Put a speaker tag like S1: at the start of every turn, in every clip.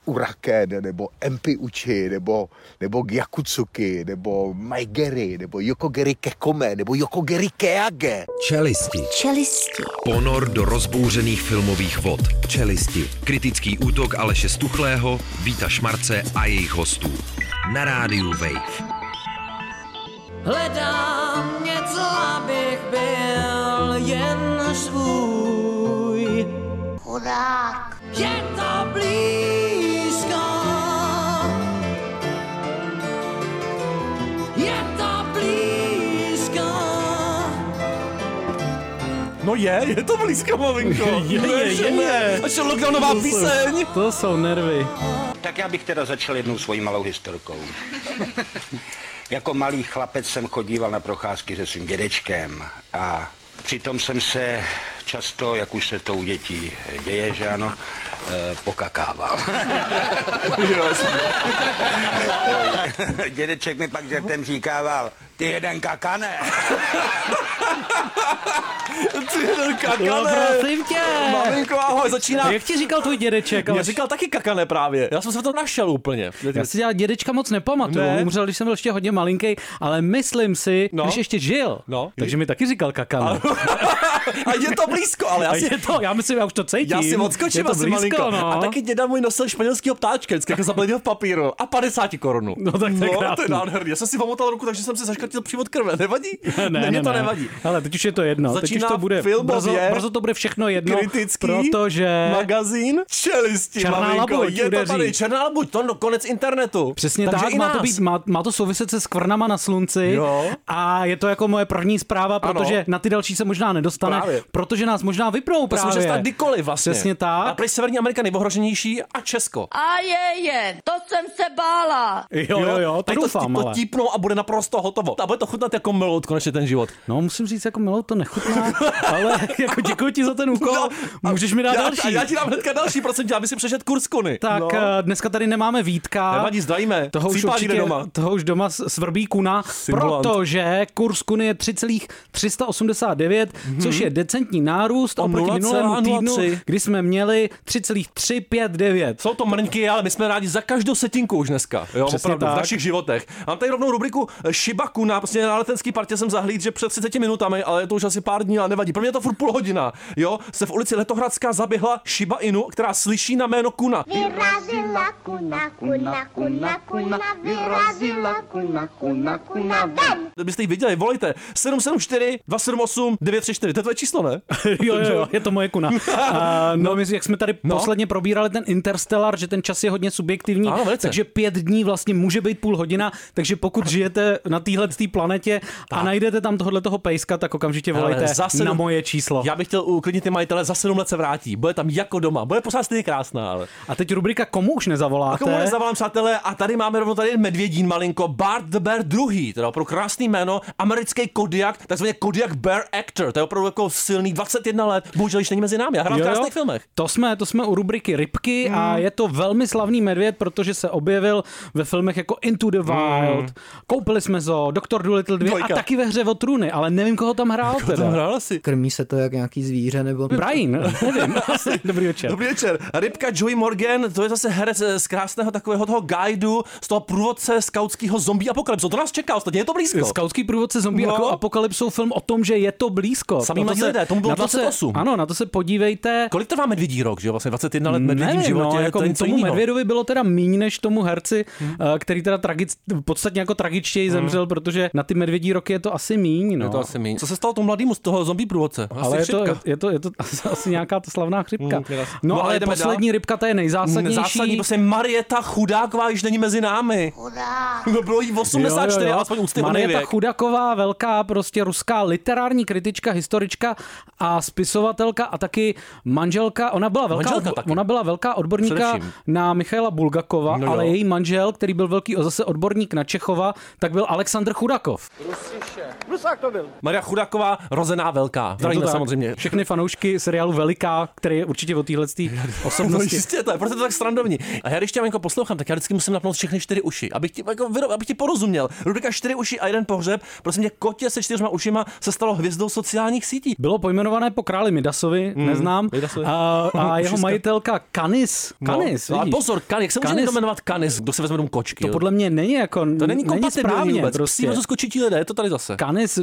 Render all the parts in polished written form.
S1: Uraken, nebo Empi Uchi, nebo Gyakutsuki, nebo Maigeri, nebo Yokogeri Kekome, nebo Yokogeri Keage.
S2: Čelisti. Ponor do rozbouřených filmových vod. Čelisti. Kritický útok Aleše Stuchlého, Víta Šmarce a jejich hostů. Na rádiu Wave.
S3: Hledám něco, abych byl jen svůj.
S4: Chudák.
S3: Je to blízko. Je to blízko.
S5: No je to blízko, maminko. Je. A lockdownová píseň.
S6: To jsou nervy.
S7: Tak já bych teda začal jednou svojí malou historkou. Jako malý chlapec jsem chodíval na procházky se svým dědečkem a přitom jsem se často, jak už se to u dětí děje, že ano, pokakával. Dědeček mi pak žertem říkával, ty jeden kakane.
S5: Ty jeden kakane.
S6: No, prosím tě.
S5: Maminko, ahoj, začíná.
S6: Jak ti říkal tvůj dědeček?
S5: Mě říkal taky kakane právě. Já jsem se to našel úplně.
S6: Já si dědečka moc nepamatuju. Umřel, když jsem byl ještě hodně malinký, ale myslím si, když ještě žil, takže mi taky říkal kakane.
S5: A je to blízko, ale
S6: já myslím, já už to cítím.
S5: Já si odskočím asi malinko. No. A taky děda můj nosil španělského ptáčka, vždycky jako zabledil v papíru a 50 korun.
S6: No tak to je krásný.
S5: To je nádherný. Já jsem si pomotal ruku, takže jsem si zaškrtil přívod krve. Nevadí? Ne, to nevadí.
S6: Ale teď už je to jedno.
S5: Začíná
S6: teď už to bude
S5: filmově,
S6: brzo to bude všechno jedno,
S5: kritický
S6: protože
S5: magazín Čelisti,
S6: Černá
S5: maminko,
S6: labuť
S5: je to tady, Černá labuť, to konec internetu.
S6: Přesně takže tak, má to souviset se skvrnama na slunci.
S5: Jo.
S6: A je to jako moje první zpráva, protože na ty další se možná nedostane, protože nás možná vypnou právě.
S5: To se může stát kdykoliv vlastně.
S6: Přesně tak.
S5: A prý Severní Amerika nejohroženější a Česko.
S4: A to jsem se bála.
S6: Jo, to doufám,
S5: to típnou a bude naprosto hotovo. A bude to chutnat jako melout konečně ten život.
S6: No, musím říct, jako melout to nechutná, ale jako děkuji ti za ten úkol. Můžeš mi dát další.
S5: Já ti dám hnedka další, prosím tě, aby si přešet kurz kuny.
S6: Tak dneska tady nemáme Vítka.
S5: Nevadí, zdravíme.
S6: Toho už doma svrbí kuna, protože kurz kuny je 3,389, což je decentní nárůst oproti minulému týdnu, kdy jsme měli 3,359.
S5: Jsou to mrňky, ale my jsme rádi za každou setinku už dneska. Jo, opravdu, v našich životech. Mám tady rovnou rubriku Shiba Kuna, prostě na letenský partě jsem zahlídl, že před 30 minutami, ale je to už asi pár dní, ale nevadí. Pro mě je to furt půl hodina. Jo, se v ulici Letohradská zaběhla Shiba Inu, která slyší na jméno Kuna.
S4: Vyrazila kuna, vyrazila kuna, ven!
S5: Kdybyste ji viděli, volejte 774 278 934. To je tvoje číslo, ne?
S6: Jo, je to moje kuna. No, my, jak jsme tady posledně probírali ten Interstellar, že ten čas je hodně subjektivní, takže 5 dní vlastně může být půl hodina, takže pokud žijete na téhle planetě a najdete tam tohoto pejska, tak okamžitě volejte na moje číslo.
S5: Já bych chtěl uklidnit ty majitele, za 7 let se vrátí. Bude tam jako doma. Bude pořád stejně krásná, ale.
S6: A teď rubrika Komu už nezavoláte?
S5: Komu nezavolám, přátelé, a tady máme rovnou tady medvědín malinko, Bart the Bear II, teda pro krásný jméno, americký Kodiak, takzvaně Kodiak Bear Actor, to je opravdu jako silný, 21 let, bohužel již není mezi námi, já hrám v krásných filmech.
S6: To jsme u rubriky Rybky a je to velmi slavný medvěd, protože se objevil ve filmech jako Into the Wild, Koupili jsme zo, Doktor Dolittle 2 a taky ve Hře o trůny, ale nevím, koho tam hrál teda.
S8: Krmí se to jak nějaký zvíře nebo...
S6: Brian, nevím. Dobrý večer.
S5: Dobrý večer. Rybka Joey Morgan, to je zase herec z krásného takového toho guidu, z toho průvodce skautského zombie apokalypsu. To nás čeká, ostatně je to blízko.
S6: Skautský průvodce zombie apokalypsou film o tom, že je to blízko.
S5: Samý mladí lidé, tomu bylo 28.
S6: Ano, na to se podívejte.
S5: Kolik trvá medvědí rok, že jo? Vlastně 21 let medvědím životě.
S6: No, jako tomu medvědovi bylo teda míň než tomu herci, který teda podstatně jako tragičtěji zemřel, protože na ty medvědí roky je to asi míň. No.
S5: Je to asi míň. Co se stalo tomu mladému z toho zombie průvodce?
S6: Ale je to asi nějaká ta slavná chřipka. No ale poslední rybka, ta je nejzásadnější.
S5: Zásadní, prostě Marieta Chudáková již není mezi námi. No bylo jí 84, alespoň úcty
S6: Marieta Chudáková, velká prostě ruská literární kritička, historička a spisovatelka a taky manželka. Ona byla velká odborníka na Michaila Bulgakova, ale její manžel, který byl velký zase odborník na Čechova, tak byl Alexandr Chudakov.
S5: Marieta Maria Chudáková, rozená velká. Zdravíme samozřejmě.
S6: Všechny fanoušky seriálu Veliká, který je určitě o téhle osobnosti.
S5: No jistě, to je, proto to tak srandovní. A já když tě jako poslouchám, tak já vždycky musím napnout všechny 4 uši, abych ti porozuměl. Rubrika 4 uši a 1 pohřeb. Prosím tě, kotě se 4 ušima se stalo hvězdou sociálních sítí.
S6: Bylo pojmenované po králi Midasovi, neznám. A jeho majitelka Canis. Canis,
S5: ale pozor, jak se může jmenovat Canis, kdo se vezme domů kočky?
S6: To podle mě není jako
S5: to není kompatibilní vůbec.
S6: Prostě.
S5: Prostě skočití lidé, je to tady zase.
S6: Canis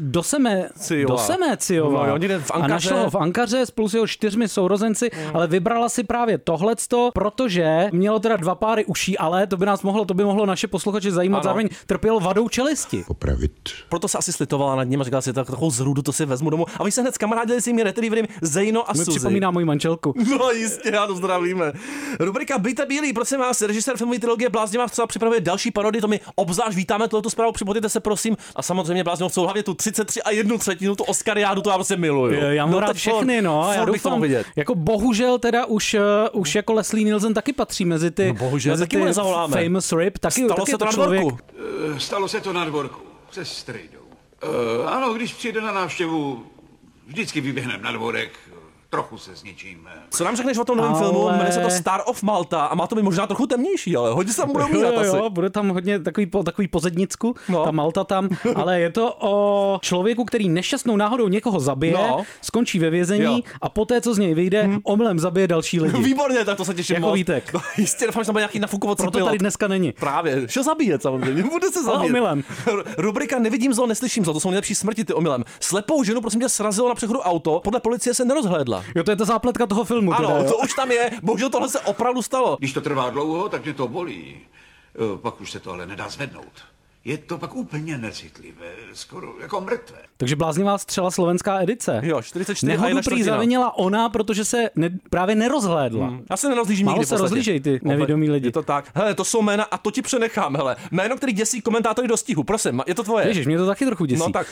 S6: Dosemeciová. A našla ho v Ankaře spolu s jeho 4 sourozenci, ale vybrala si právě tohleto, protože mělo teda 2 páry uší, ale to by mohlo naše posluchače zajímat, zároveň trpěl vadou čelisti.
S1: Popravit.
S5: Proto se asi slitovala nad ním a říkala si, takovou zrůdu to si vezmu domů. A vy se hned kamarádili s nimi retrievery Zejno a Suzy.
S6: Mi připomíná moji manželku.
S5: No jistě, já to zdravíme. Rubrika Byte bílý, prosím vás, režisér filmové trilogie Blázněva třeba připravuje další parodii, to my obzvlášť vítáme tuto zprávu, připojte se prosím. A samozřejmě Blázněvců hlavně tu 33 1/3, tu Oscariádu, to já prostě miluju.
S6: Já mám rád všechny, no. Já doufám, jako bohužel teda už jako Leslie Nielsen taky patří mezi ty,
S5: bohužel,
S6: mezi
S5: taky
S6: ty
S5: famous
S6: rip, taky
S5: se to na
S6: člověk.
S9: Stalo se to na dvorku, se strejdou. Ano, když přijde na návštěvu, vždycky vyběhneme na dvorek, trochu se zničím.
S5: Co nám řekneš o tom novém filmu? Jmenuje se to Star of Malta a má to být možná trochu temnější, ale hodně se tam budou mírat asi.
S6: Jo, bude tam hodně takový pozednicku, ta Malta tam, ale je to o člověku, který nešťastnou náhodou někoho zabije, skončí ve vězení a poté, co z něj vyjde, omylem zabije další lidi.
S5: Výborně, tak to se těším.
S6: Jako Vítek.
S5: No, jistě, doufám, že tam bude nějaký nafukovací pilot.
S6: Proto tady dneska není.
S5: Právě, šel zabíjet samozřejmě, bude se zabíjet.
S6: Omylem.
S5: Rubrika Nevidím zlo, neslyším zlo, to jsou nejlepší smrti, ty omylem. Slepou ženu, prosím tě, srazilo na přechodu auto, podle policie se nerozhlédla.
S6: Jo, to je ta zápletka toho filmu.
S5: Ano,
S6: teda,
S5: to už tam je. Bohužel tohle se opravdu stalo.
S9: Když to trvá dlouho, tak mě to bolí. Pak už se to ale nedá zvednout. Je to pak úplně necitlivé, skoro jako mrtvé.
S6: Takže bláznivá střela slovenská edice.
S5: Jo, 44
S6: Nehodu prý zavinila ona, protože se právě nerozhlédla.
S5: Já se nerozlížím nikdy.
S6: Málo se rozlížej ty nevědomí lidi.
S5: Je to tak. Hele, to jsou jména a to ti přenechám, hele. Jméno, který děsí komentátory do stihu, prosím, je to tvoje.
S6: Ježiš, mě to taky trochu děsí.
S5: No tak.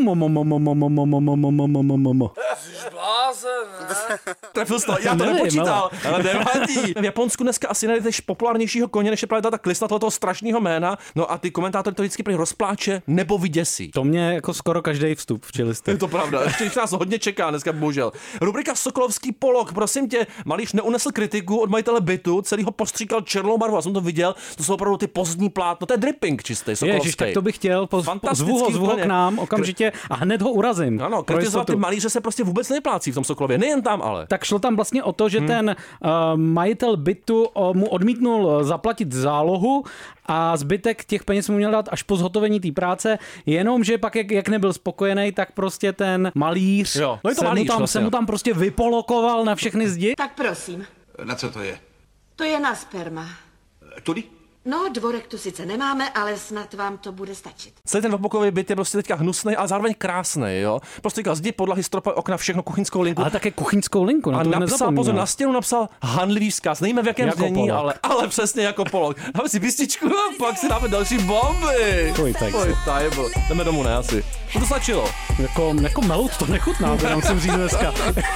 S5: Trefil jsi to, já to nepočítal, ale nevadí. V Japonsku dneska asi najdeš populárnějšího koně, než je právě ta klista toho strašného jména. No a ty komentátory to vždycky prý rozpláče nebo vyděsí.
S6: To mě jako skoro každý vstup v čelistech.
S5: Je to pravda, ještě nás hodně čeká dneska, bohužel. Rubrika Sokolovský polog, prosím tě, malíř neunesl kritiku od majitele bytu, celý ho postříkal černou barvu, já jsem to viděl, to jsou opravdu ty pozdní plátno, to je dripping čistý, Sokolovský.
S6: Ježiš, tak to bych chtěl, zvu ho k nám okamžitě a hned ho urazím.
S5: Ano, kritizovat ty malíře se prostě vůbec neplácí v tom Sokolově, nejen tam ale.
S6: Tak šlo tam vlastně o to, že ten majitel bytu mu odmítnul zaplatit zálohu a zbytek těch peněz mu měl dát až po zhotovení té práce, jenomže pak jak nebyl spokojený, tak prostě ten malíř, se mu tam prostě vypolokoval na všechny zdi.
S10: Tak prosím.
S9: Na co to je?
S10: To je na sperma.
S9: Tudy?
S10: No, dvorek tu sice nemáme, ale snad vám to bude stačit.
S5: Celý ten dvoupokojový byt je prostě teďka hnusný, ale zároveň krásný, jo. Prostě teďka zdi, podlahy, stropy, okna, všechno, kuchyňskou linku.
S6: Ale také kuchyňskou linku, na to
S5: napsal, pozor, na stěnu napsal hanlivý vzkaz. Nevíme v jakém znění, ale přesně jako polog. Dáme si písničku a pak si dáme další bomby. Jdeme domů, ne asi. To stačilo.
S6: Jako melout to nechutná, to nám jsem říct dneska.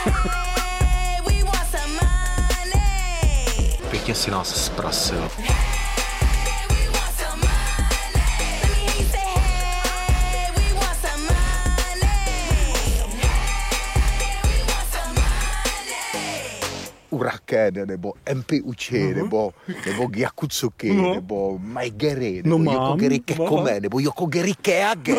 S11: Pěkně si nás zprasil.
S1: Uraken, nebo MP Uchi, nebo Gyakutsuki, nebo Maigeri, nebo Yokogeri Kekome, nebo Yokogeri Keage.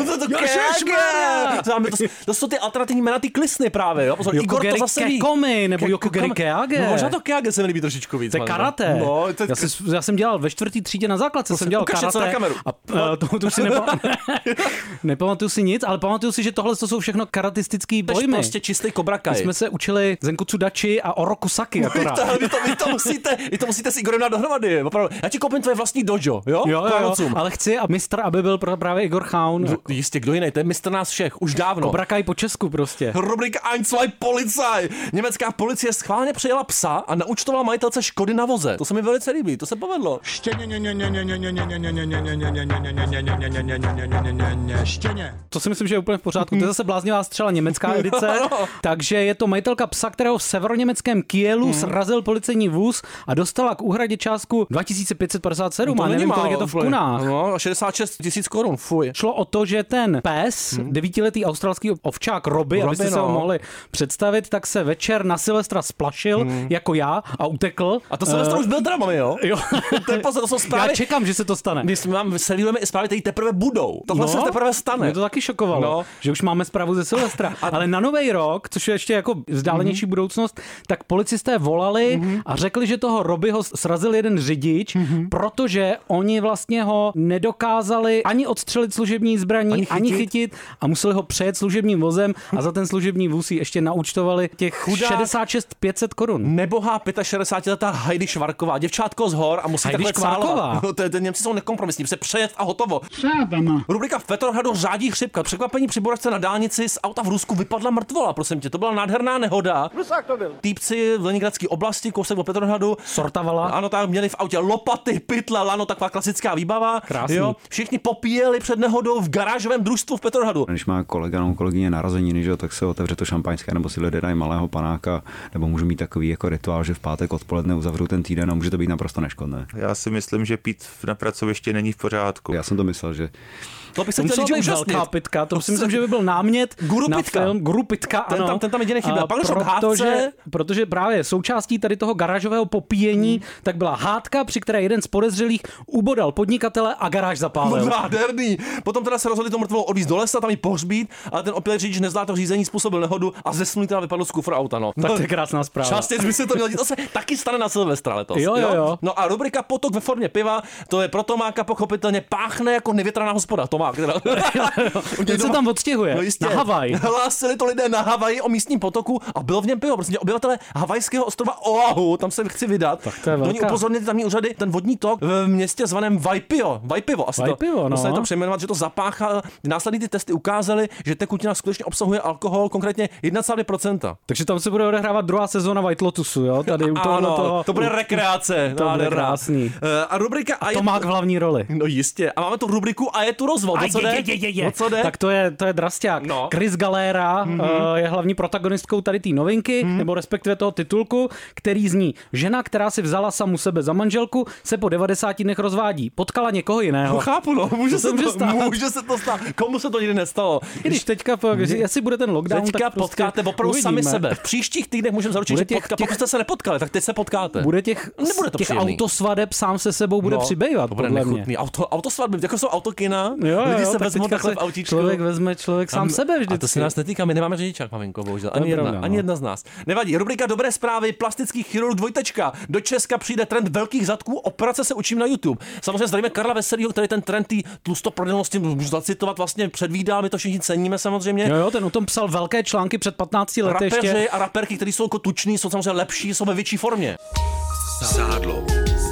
S5: To jsou ty alternativní jména, ty klisny právě, jo? Pozor, Igor to zase ví.
S6: Kekome, nebo Yokogeri Keage.
S5: No, možná to Keage se mi líbí trošičku víc.
S6: To je karate.
S5: No,
S6: já jsem dělal ve 4. třídě na základce, jsem dělal karate. A to si nepamatuju si nic, ale pamatuju si, že tohle jsou všechno karatistický pojmy.
S5: To je prostě čistý Cobra Kai.
S6: My jsme se učili Zenkutsu Dachi a Oroku Saki.
S5: Vy to musíte s Igorem dát dohromady. Opravdu. Já ti koupím tvoje vlastní dojo, jo?
S6: Jo, ale chci, aby byl právě Igor Chaun.
S5: No, jistě, kdo jiný, to je mistr nás všech, už dávno.
S6: Cobra Kai po česku prostě.
S5: Rubrika 1, 2, Polizei. Německá policie schválně přejela psa a naúčtovala majitelce škody na voze. To se mi velice líbí, to se povedlo.
S6: To si myslím, že je úplně v pořádku. To je zase bláznivá střela německá edice. Takže je to majitelka psa, kterého v severoněmeckém Kielu srazil policejní vůz a dostala k úhradě částku 2557, a nevím, kolik je to v kunách.
S5: No, 66 000 korun, fuj.
S6: Šlo o to, že ten pes, 9letý australský ovčák Robbie, abyste se ho mohli představit, tak se večer na Silvestra splašil, jako já, a utekl.
S5: A to Silvestra už byl dramami, jo?
S6: Jo.
S5: To jsou zprávy.
S6: Já čekám, že se to stane.
S5: My vám servírujeme i zprávy, které teprve budou. Tohle se teprve stane.
S6: Mě to taky šokovalo, že už máme zprávu ze Silvestra. Ale na Nový rok, což je ještě jako vzdálenější budoucnost, tak policisté volali a řekli, že toho Robbieho srazil jeden řidič, protože oni vlastně ho nedokázali ani odstřelit služební zbraní, ani chytit a museli ho přejet služebním vozem a za ten služební vůz ještě naúčtovali těch 66 500 korun.
S5: Nebohá 65letá Heidi Švarková, děvčátko z hor a musí
S6: Heidi
S5: takhle
S6: Švarková.
S5: No, Němci jsou nekompromisní, se přejet a hotovo. Rubrika v Petrohradu řádí chřipka. Překvapení při boračce na dálnici, z auta v Rusku vypadla mrtvola, prosím tě. To byla nádherná nehoda.
S12: Rusák to byl.
S5: Týpci v Leningradské oblasti, kousek od Petrohradu.
S6: Sortavala.
S5: Ano, tak měli v autě lopaty, pytle, lano, taková klasická výbava.
S6: Krásný.
S5: Jo. Všichni popíjeli před nehodou v garážovém družstvu v Petrohradu.
S13: Když má kolega nebo kolegyně narozeniny, že, tak se otevře to šampaňské, nebo si lidé dají malého panáka, nebo můžu mít takový jako rituál, že v pátek odpoledne uzavřu ten týden a může to být naprosto neškodné.
S14: Já si myslím, že pít na pracovišti není v pořádku.
S13: Já jsem to myslel, že
S5: to bych se chtěl říct
S6: velká pitka, to si myslím, že by byl námět na film. Guru Pitka, ano.
S5: Ten tam jediný chyběl. Pak došlo k hádce.
S6: Protože právě součástí tady toho garážového popíjení tak byla hádka, při které jeden z podezřelých ubodal podnikatele a garáž zapálil.
S5: Nádherný. Potom teda se rozhodli to mrtvolu odvízt do lesa, tam ji pohřbít, ale ten opět řidič nezvládl to řízení, způsobil nehodu a ze sluní teda vypadlo z kufru auta. No.
S6: Tak to je krásná zpráva.
S5: Častěji by se to mělo dít. To se taky stane na Silvestra letos.
S6: Jo.
S5: No a rubrika Potok ve formě piva, to je pro Tomáka pochopitelně páchne jako nevětraná hospoda. Tomák teda.
S6: Ten se tam odstěhuje, na Havaj.
S5: Hlásili to lidé na Havaji o místním potoku a bylo v něm pivo. Prostě obyvatelé havajského ostrova Oahu, tam se chci vydat. Oni upozornili tamní úřady, ten vodní tok v městě zvaném Vajpivo. Asi
S6: Vajpivo,
S5: to to přejmenovat, že to zapáchá. Následně ty testy ukázaly, že tekutina skutečně obsahuje alkohol, konkrétně 1,2%.
S6: Takže tam se bude odehrávat druhá sezóna White Lotusu, jo? Tady u toho.
S5: To bude rekreace.
S6: To bude krásný.
S5: A rubrika a
S6: Tomák v hlavní roli.
S5: No jistě. A máme tu rubriku a je tu rozvod. Co jde?
S6: Tak to je drasťák.
S5: No.
S6: Chris Galera je hlavní protagonistkou tady té novinky, nebo respektive toho titulku, který zní: žena, která si vzala samu sebe za manželku, se po 90 dnech rozvádí. Potkala někoho jiného.
S5: No chápu, no. Může se to stát. Komu se to nikdy nestalo?
S6: Když teďka, jestli bude ten lockdown,
S5: teďka
S6: tak prostě
S5: potkáte opravdu sami sebe. V příštích týdnech můžeme zaručit, že pokud jste se nepotkali, tak teď se potkáte.
S6: Bude těch autosvadeb sám se sebou bude přibývat.
S5: To bude nechutný. Autosvadby, jako jsou autokina. Lidi se vezmou takhle v autíčku.
S6: Člověk sám sebe vždycky.
S5: A to se nás netýká, my nemáme řidičák, maminko, bohužel. Ani jedna z nás. Nevadí. Rubrika Dobré zprávy, plastický chirurg dvojtečka. Do Česka přijde trend velkých zadků, operace se učím na YouTube. Samozřejmě zdravíme Karla Veselýho, který ten trend tý tlustoprodelnosti, můžu zacitovat, vlastně předvídal, my to všichni ceníme samozřejmě.
S6: Jo, ten o tom psal velké články před 15 lety ještě.
S5: Rapeři a raperky, kteří jsou jako tuční, jsou samozřejmě lepší, jsou ve větší formě.
S2: Sádlo.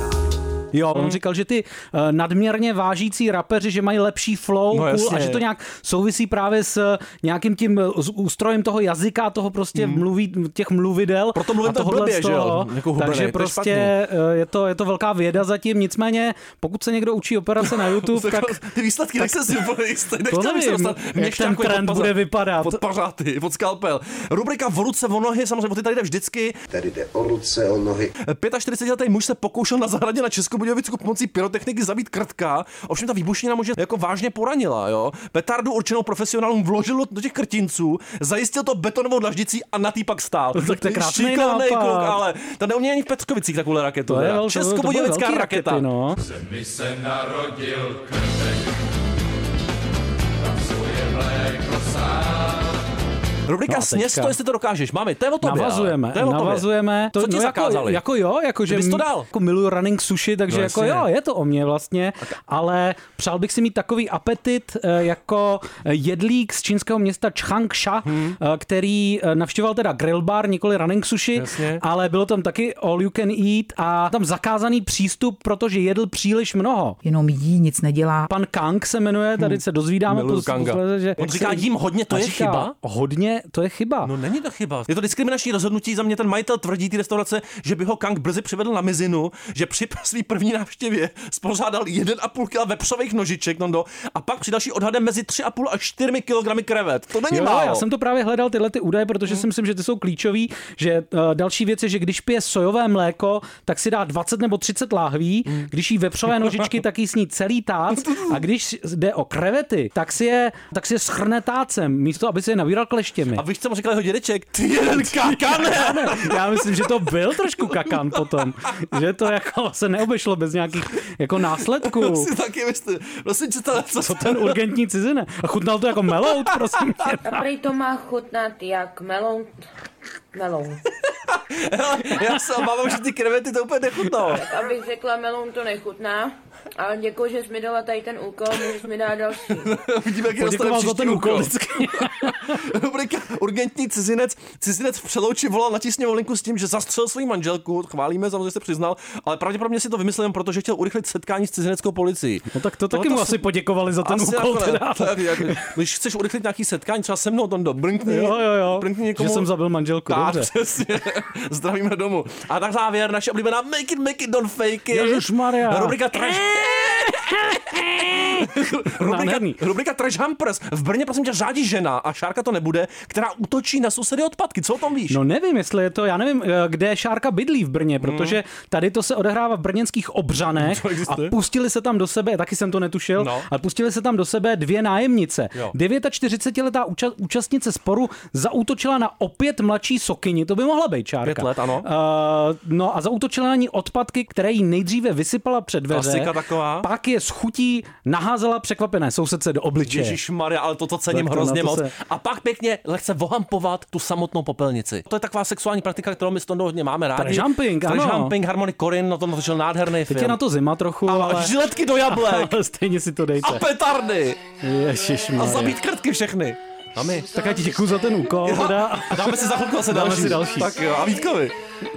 S6: Jo, on říkal, že ty nadměrně vážící rapeři, že mají lepší flow a že to nějak souvisí právě s nějakým tím ústrojem toho jazyka, toho prostě těch mluvidel.
S5: Proto mluvím tak blbě, že jo?
S6: Takže prostě je to velká věda zatím, nicméně pokud se někdo učí operace na YouTube, tak
S5: ty výsledky nejsem si úplně jistý.
S6: To nevím, jak ten trend bude vypadat.
S5: Pod pařáty, pod skalpel. Rubrika v ruce, o nohy, samozřejmě ty tady jde vždycky.
S15: Tady jde o ruce, o nohy.
S5: 45letý muž se pokoušel na zahradě na Českobudějovicku pomocí pyrotechniky zabít krtka. Ovšem ta výbušnina muže jako vážně poranila, jo. Petardu určenou profesionálům vložil do těch krtinců, zajistil to betonovou dlaždicí a na tý pak stál.
S6: Tak to je krásný nápad.
S5: Kluk, ale to neumějí ani v Petřkovicích takovou raketu. Českobudějovická raketa.
S6: No.
S16: Zemi se narodil krtek, pracuje mléko sám.
S5: Rubrika Sněz to, jestli to dokážeš. Máme, to je o tobě.
S6: Navazujeme.
S5: Co ti zakázali?
S6: Že
S5: bys to dal?
S6: Jako miluju running sushi, takže jako jo, je to o mě vlastně, ale přál bych si mít takový apetit jako jedlík z čínského města Changsha, který navštěvoval teda grill bar, nikoli running sushi, ale bylo tam taky all you can eat a tam zakázaný přístup, protože jedl příliš mnoho.
S17: Jenom jí, nic nedělá.
S6: Pan Kang se jmenuje, tady se dozvídáme.
S5: On říká, jím hodně, to je chyba?
S6: Hodně to je chyba.
S5: No není to chyba. Je to diskriminační rozhodnutí. Za mě ten majitel tvrdí té restaurace, že by ho Kang brzy přivedl na mizinu, že při své první návštěvě spořádal 1,5 kg vepřových nožiček a pak při další odhadem mezi 3,5 až 4 kg krevet. To není málo.
S6: Já jsem to právě hledal tyhle ty údaje, protože si myslím, že ty jsou klíčový, že další věc je, že když pije sojové mléko, tak si dá 20 nebo 30 láhví, když jí vepřové nožičky, tak jí sní celý tác a když jde o krevety, tak si je schrne tácem, místo aby si je navíral kleštěmi.
S5: A víš, co mu říkal jeho dědeček? Ty jeden kakan!
S6: Já myslím, že to byl trošku kakan potom, že to jako se neobešlo bez nějakých jako následků.
S5: Si taky myslím. Prosím,
S6: co ten urgentní cizine? A chutnal to jako melout, prosím.
S12: Prej to má chutnat jak melout.
S5: Já se obávám, že ty krevety to úplně nechutnou.
S12: Tak abych řekla, meloun to nechutná, ale děkuji, že jsi mi dala tady ten úkol, můžeš mi dát další.
S5: Vidíme, jak
S6: poděkoval za ten úkol vždycky.
S5: Rubrika urgentní cizinec. Cizinec v Přelouči volal na tísňovou linku s tím, že zastřelil svou manželku. Chválíme, samozřejmě se přiznal, ale pravděpodobně si to vymyslel, protože chtěl urychlit setkání s cizineckou policií.
S6: No tak to taky mu asi poděkovali za ten úkol.
S5: Když chceš urychlit nějaký setkání, třeba se mnou, Tondo, brnkni.
S6: Jo.
S5: Brnkni někomu.
S6: Že jsem zabil manželku, dobře.
S5: Přesně. Zdravíme domů. A tak závěr, naše oblíbená make it, don't fake it.
S6: Ježišmarja.
S5: Rubrika Trash. Rubrika Trash Hampers. V Brně, prosím tě, řádí žena, a Šárka to nebude, která útočí na sousedy odpadky. Co o tom víš?
S6: No nevím, jestli je to, já nevím, kde Šárka bydlí v Brně, protože tady to se odehrává v brněnských Obřanech a pustili se tam do sebe, taky jsem to netušil, ale pustili se tam do sebe 2 nájemnice. 49letá účastnice sporu zaútočila na opět mladší sokyni, to by mohla být Šárka.
S5: 5 let, ano.
S6: No a zaútočila na ní odpadky, které jí nejdříve vysypala před dveře, pak je s chutí naházela překvapené sousedce do obličeje.
S5: Ježišmarja, ale toto cením hrozně moc. A pak pěkně lehce vohampovat tu samotnou popelnici. To je taková sexuální praktika, kterou my s Tondou hodně máme rádi.
S6: Trash
S5: jumping, Harmony Korine, to natočil nádherný film.
S6: Teď je na to zima trochu, ale
S5: žiletky do jablek.
S6: Ale stejně si to dejte.
S5: A petardy.
S6: Ježišmarja.
S5: A zabít krtky všechny. A my.
S6: Tak já ti děkuju za ten úkol.
S5: A dáme si za chvilku zase další. Tak jo, a Vítkovi.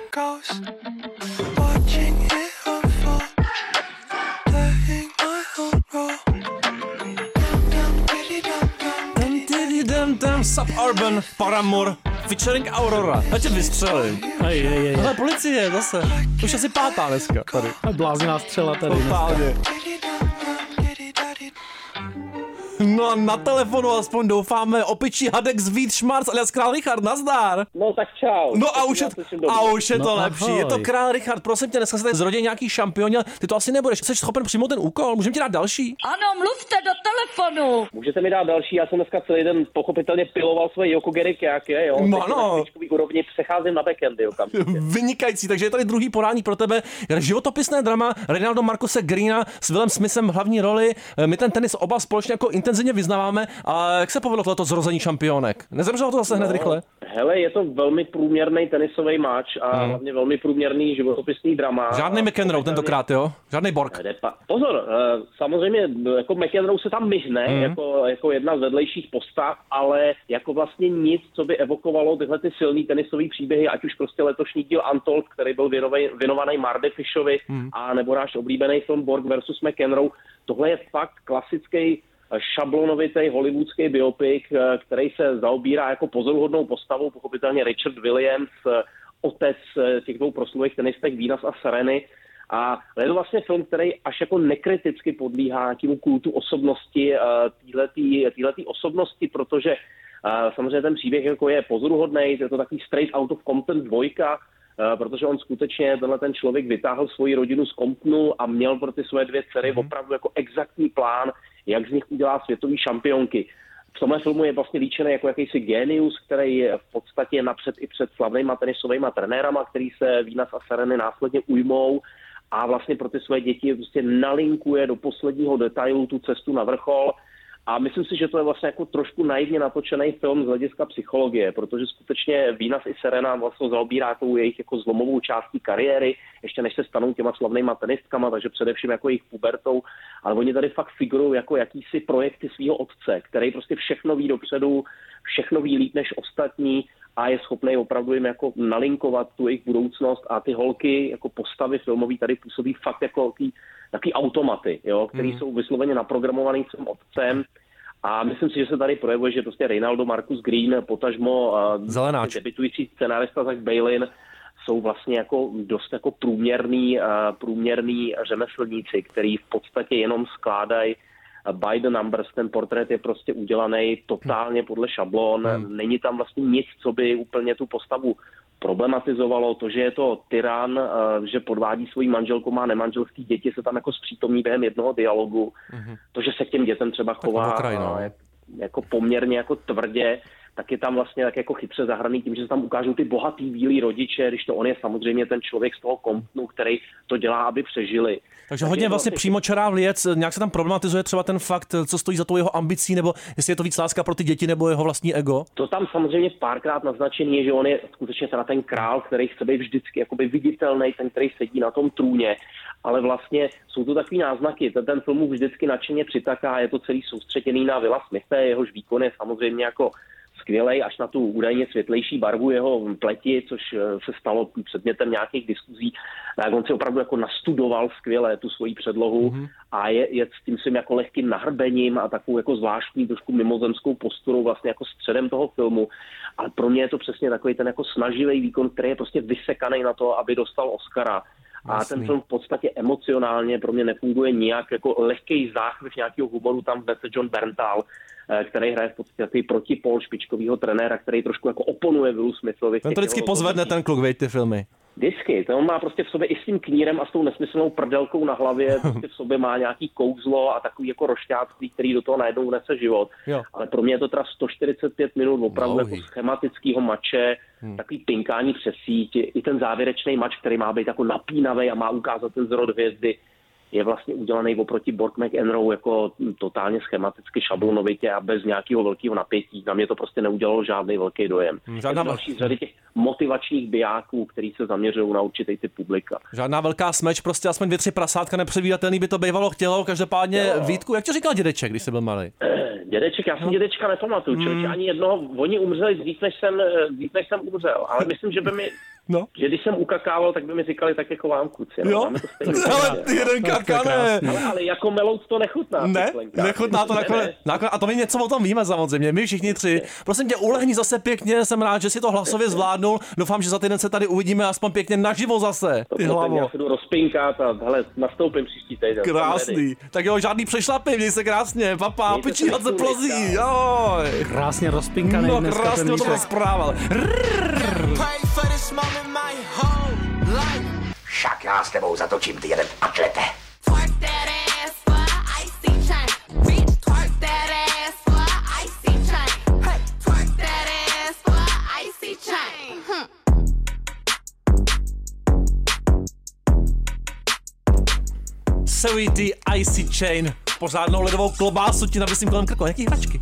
S5: Suburban Paramore featuring Aurora. Já tě vystřelím. Hele, policie zase. Už asi 5. dneska tady.
S6: Blázněná střela tady.
S5: Totálně. No a na telefonu aspoň doufáme opičí hadek z Vít Šmarc alias Král Richard, nazdar.
S17: No tak čau.
S5: No a už je to lepší. Ahoj. Je to Král Richard, prosím tě, dneska se tady zrodí nějaký šampion, ty to asi nebudeš. Jsi schopen přijmout ten úkol? Můžeme ti dát další?
S4: Ano, mluvte do telefonu.
S17: Můžete mi dát další, já jsem dneska celý den pochopitelně piloval svoje Yokogery kajaky, jo.
S5: No,
S17: na špičkový úrovni přecházím na backendy okamžitě.
S5: Vynikající, takže je tady druhý podání pro tebe. Životopisné drama Reynaldo Marcuse Greena s Willem Smithem v hlavní roli. My ten tenis oba společně jako intenzivně vyznáváme. A jak se povedlo tohleto zrození šampionek? Nezemřelo to zase hned rychle?
S17: Hele, je to velmi průměrný tenisový match a hlavně velmi průměrný životopisný drama.
S5: Žádný McEnroe tentokrát, jo? Žádný Borg.
S17: Pozor, samozřejmě jako McEnroe se tam myhne jako jedna z vedlejších postav, ale jako vlastně nic, co by evokovalo tyhle ty silný tenisový příběhy, ať už prostě letošní díl Untold, který byl věnovaný Mardy Fishovi, a nebo náš oblíbený film Borg versus McEnroe. Tohle je fakt klasický šablonovitý hollywoodský biopik, který se zaobírá jako pozoruhodnou postavou, pochopitelně Richard Williams, otec těch 2 proslulých tenistek Venus a Sereny. A je to vlastně film, který až jako nekriticky podlíhá nějakému kultu osobnosti téhletý osobnosti, protože samozřejmě ten příběh jako je pozoruhodný, je to takový straight out of Compton 2, protože on skutečně ten člověk vytáhl svoji rodinu z Comptonu a měl pro ty své 2 dcery opravdu jako exaktní plán, jak z nich udělá světový šampionky. V tomhle filmu je vlastně líčený jako jakýsi génius, který je v podstatě napřed i před slavnýma tenisovýma trenérama, který se Venus a Sereny následně ujmou a vlastně pro ty své děti prostě nalinkuje do posledního detailu tu cestu na vrchol. A myslím si, že to je vlastně jako trošku naivně natočený film z hlediska psychologie, protože skutečně Venus i Serena vlastně zaobírá tou jejich jako zlomovou částí kariéry, ještě než se stanou těma slavnýma tenistkama, takže především jako jejich pubertou, ale oni tady fakt figurují jako jakýsi projekty svého otce, který prostě všechno ví dopředu, všechno ví líp než ostatní a je schopný opravdu jim jako nalinkovat tu jejich budoucnost, a ty holky jako postavy filmový tady působí fakt jako takový automaty, jo, který jsou vysloveně naprogramovaný svým otcem A myslím si, že se tady projevuje, že prostě Reinaldo Marcus Green, potažmo debitující scenárista Zach Bailin jsou vlastně jako dost jako průměrný řemeslníci, který v podstatě jenom skládají by the numbers. Ten portrét je prostě udělaný totálně podle šablon. Není tam vlastně nic, co by úplně tu postavu problematizovalo. To, že je to tyran, že podvádí svoji manželku, má nemanželský děti, se tam jako zpřítomní během jednoho dialogu. To, že se k těm dětem třeba chová jako poměrně jako tvrdě, tak je tam vlastně tak jako chytře zahraný tím, že se tam ukážou ty bohatý bílí rodiče, když to on je samozřejmě ten člověk z toho Comptonu, který to dělá, aby přežili.
S5: Takže hodně vlastně přímočará vliec, nějak se tam problematizuje třeba ten fakt, co stojí za tou jeho ambicí, nebo jestli je to víc láska pro ty děti, nebo jeho vlastní ego?
S17: To tam samozřejmě párkrát naznačený je, že on je skutečně teda ten král, který chce být vždycky jakoby viditelný, ten, který sedí na tom trůně, ale vlastně jsou to takový náznaky. Ten film mu vždycky nadšeně přitaká, je to celý soustředěný na Willa Smithe, jehož výkon je samozřejmě jako skvělej, až na tu údajně světlejší barvu jeho pleti, což se stalo předmětem nějakých diskuzí. Tak on si opravdu jako nastudoval skvěle tu svoji předlohu a je s tím svým jako lehkým nahrbením a takovou jako zvláštní trošku mimozemskou posturou vlastně jako středem toho filmu. Ale pro mě je to přesně takový ten jako snaživý výkon, který je prostě vysekaný na to, aby dostal Oscara. A ten film v podstatě emocionálně pro mě nefunguje nijak, jako lehký záchvěv nějakého humoru tam vnese John Bernthal, který hraje v podstatě protipol špičkovýho trenéra, který trošku jako oponuje Willu Smithovi.
S5: Ten to vždycky pozvedne ten kluk, veď ty filmy.
S17: Vždycky, to on má prostě v sobě i s tím knírem a s tou nesmyslnou prdelkou na hlavě, prostě v sobě má nějaký kouzlo a takový jako rošťáctví, který do toho najednou vnese život. Jo. Ale pro mě je to teda 145 minut opravdu jako schematického mače, takový pinkání přes síť, i ten závěrečný mač, který má být jako napínavý a má ukázat ten zrod hvězdy, je vlastně udělaný oproti Borg McEnroe jako totálně schematicky, šablonovitě a bez nějakého velkého napětí. Na mě to prostě neudělalo žádný velký dojem. Žádná další z řady těch motivačních bijáků, který se zaměřují na určitý typ publika.
S5: Žádná velká smeč, prostě aspoň 2-3 prasátka nepředvídatelný by to bývalo chtělo. Každopádně Vítku, jak ti říkal dědeček, když jsi byl malý?
S17: Dědeček, já jsem dědečka nepamatuju, člověče, ani jednoho, oni umřeli dřív, než jsem umřel, ale myslím, že by mi že když jsem ukakával, tak by mi říkali tak jako vám kluci.
S5: Jo? Ale ty jeden kakane.
S17: Ale jako melout to nechutná.
S5: Ne, nechutná to nakonec. A to my něco o tom víme samozřejmě, my všichni tři. Prosím tě, ulehni zase pěkně, jsem rád, že si to hlasově zvládnul. Doufám, že za týden se tady uvidíme aspoň pěkně naživo zase. Ty hlavo.
S17: Já se jdu rozpinkat a hele, nastoupím příští týden.
S5: Krásný. Tak jo, žádný přešlapy, měj se krásně. Papa, pičíhat se plazí. Joj.
S6: Krásně rozpinkaný.
S5: No krásně to rozprával.
S18: Však já s tebou zatočím, ty jeden atlete.
S5: Sweetie Icy Chain. Pořádnou ledovou klobásu ti navisím kolem krku. Jaký hračky?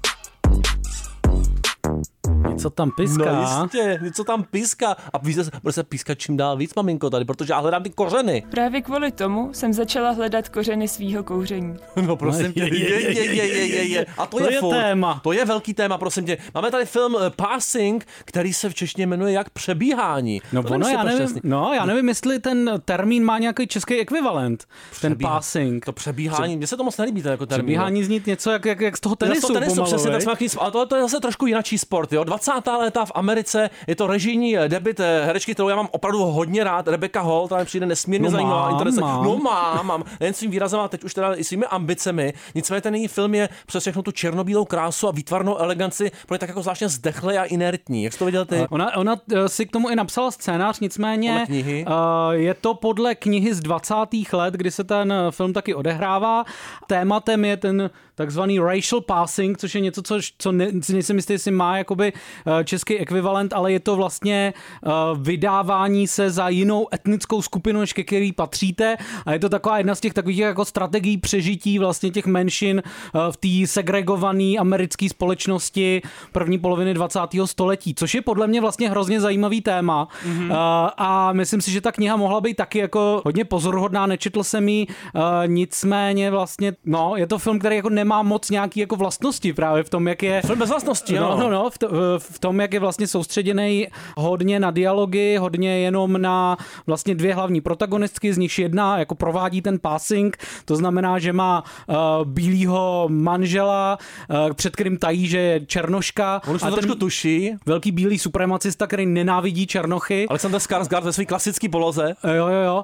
S6: Co tam píská?
S5: No jistě, něco tam píská. A bude se pískat čím dál víc, maminko, tady, protože já hledám ty kořeny.
S19: Právě kvůli tomu jsem začala hledat kořeny svýho kouření.
S5: No prosím tě, je. A to je téma. To je velký téma, prosím tě. Máme tady film Passing, který se v češtině jmenuje jak Přebíhání.
S6: No já nevím, jestli ten termín má nějaký český ekvivalent. Ten Passing.
S5: To přebíhání, mně se to moc nelíbí, ten jako termín.
S6: Přebíhání zní něco jak z toho tenisu.
S5: Přesně, ale to je zase trošku jináčí sport, jo. 20. léta v Americe, je to režijní debut herečky, kterou já mám opravdu hodně rád, Rebecca Hall, ta mi přijde nesmírně zajímavá, interesantní. No mám, nejen svým výrazem, ale teď už teda i svými ambicemi. Nicméně ten její film je přes všechno tu černobílou krásu a výtvarnou eleganci, protože je tak jako zvláštně zdechlej a inertní. Jak jsi to viděl ty?
S6: Ona si k tomu i napsala scénář, nicméně je to podle knihy z 20. let, kdy se ten film taky odehrává. Tématem je ten takzvaný racial passing, což je něco, co nejsem jistý, jestli má jakoby český ekvivalent, ale je to vlastně vydávání se za jinou etnickou skupinu, než ke který patříte, a je to taková jedna z těch takových jako strategií přežití vlastně těch menšin v té segregované americké společnosti první poloviny 20. století, což je podle mě vlastně hrozně zajímavý téma. A myslím si, že ta kniha mohla být taky jako hodně pozoruhodná, nečetl jsem ji, nicméně vlastně, je to film, který jako nemá moc nějaký jako vlastnosti právě v tom, jak je...
S5: Film bez vlastností,
S6: v v tom, jak je vlastně soustředěnej hodně na dialogy, hodně jenom na vlastně dvě hlavní protagonistky, z nichž jedna jako provádí ten passing, to znamená, že má bílýho manžela, před kterým tají, že je černoška.
S5: On už to trošku tuší.
S6: Velký bílý supremacista, který nenávidí černochy.
S5: Alexander Skarsgård ve své klasické poloze.
S6: Jo.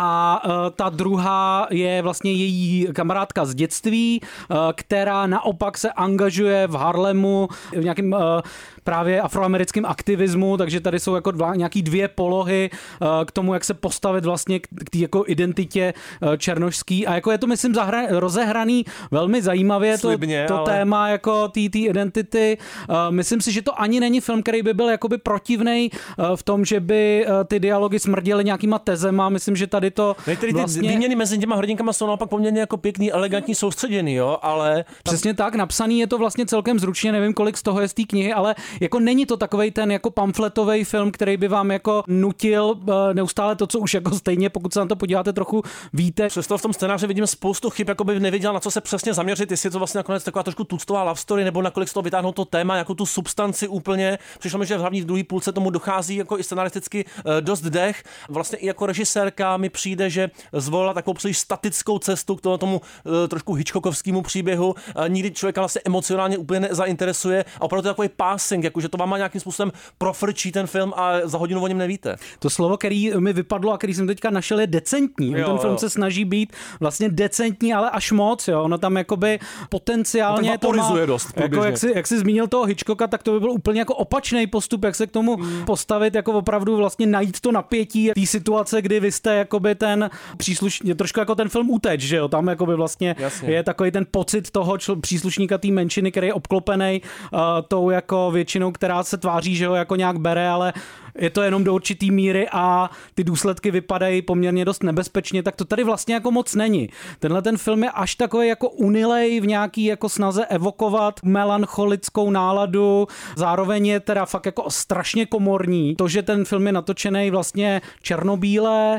S6: A ta druhá je vlastně její kamarádka z dětství, která naopak se angažuje v Harlemu v nějakém právě afroamerickém aktivismu, takže tady jsou jako nějaký dvě polohy k tomu, jak se postavit vlastně k té jako identitě černošský. A jako je to, myslím, rozehraný velmi zajímavě
S5: slibně,
S6: to téma jako té identity. Myslím si, že to ani není film, který by byl jakoby protivnej v tom, že by ty dialogy smrděly nějakýma tezema. Myslím, že tady to
S5: vlastně... Ty výměny mezi těma hrdinkama jsou naopak poměrně jako pěkný, elegantní, soustředěný, jo, ale...
S6: Přesně tak, napsaný je to vlastně celkem zručně, nevím, kolik z toho je z té knihy, ale jako není to takovej ten jako pamfletový film, který by vám jako nutil neustále to, co už jako stejně, pokud se na to podíváte trochu, víte.
S5: Přesto v tom scénáři vidíme spoustu chyb, jako by nevěděl, na co se přesně zaměřit, jestli je to vlastně nakonec taková trošku tuctová love story, nebo nakolik z toho vytáhnout to téma, jako tu substanci úplně. Přišlo mi, že hlavně v druhé půlce tomu dochází jako i scenaristicky dost dech. Vlastně i jako režisérka mi přijde, že zvolila takovou příliš statickou cestu k tomu trošku hitchcockovskému příběhu. Nikdy člověka vlastně emocionálně úplně nezainteresuje a opravdu takový passing, jakože to vám má nějakým způsobem profrčí ten film a za hodinu o něm nevíte.
S6: To slovo, který mi vypadlo a který jsem teďka našel, je decentní. Ten film se snaží být vlastně decentní, ale až moc, jo. Ono tam jakoby potenciálně to má,
S5: dost,
S6: jako jak jsi zmínil toho Hitchcocka, tak to by byl úplně jako opačný postup, jak se k tomu postavit, jako opravdu vlastně najít to napětí té situace, kdy vy jste jakoby ten příslušník, trošku jako ten film Uteč, že jo. Tam jakoby vlastně je takový ten pocit toho příslušníka té menšiny, který je obklopený tou jako většinou, která se tváří, že ho jako nějak bere, ale je to jenom do určitý míry a ty důsledky vypadají poměrně dost nebezpečně, tak to tady vlastně jako moc není. Tenhle ten film je až takový jako unilej v nějaký jako snaze evokovat melancholickou náladu, zároveň je teda fakt jako strašně komorní. To, že ten film je natočený vlastně černobíle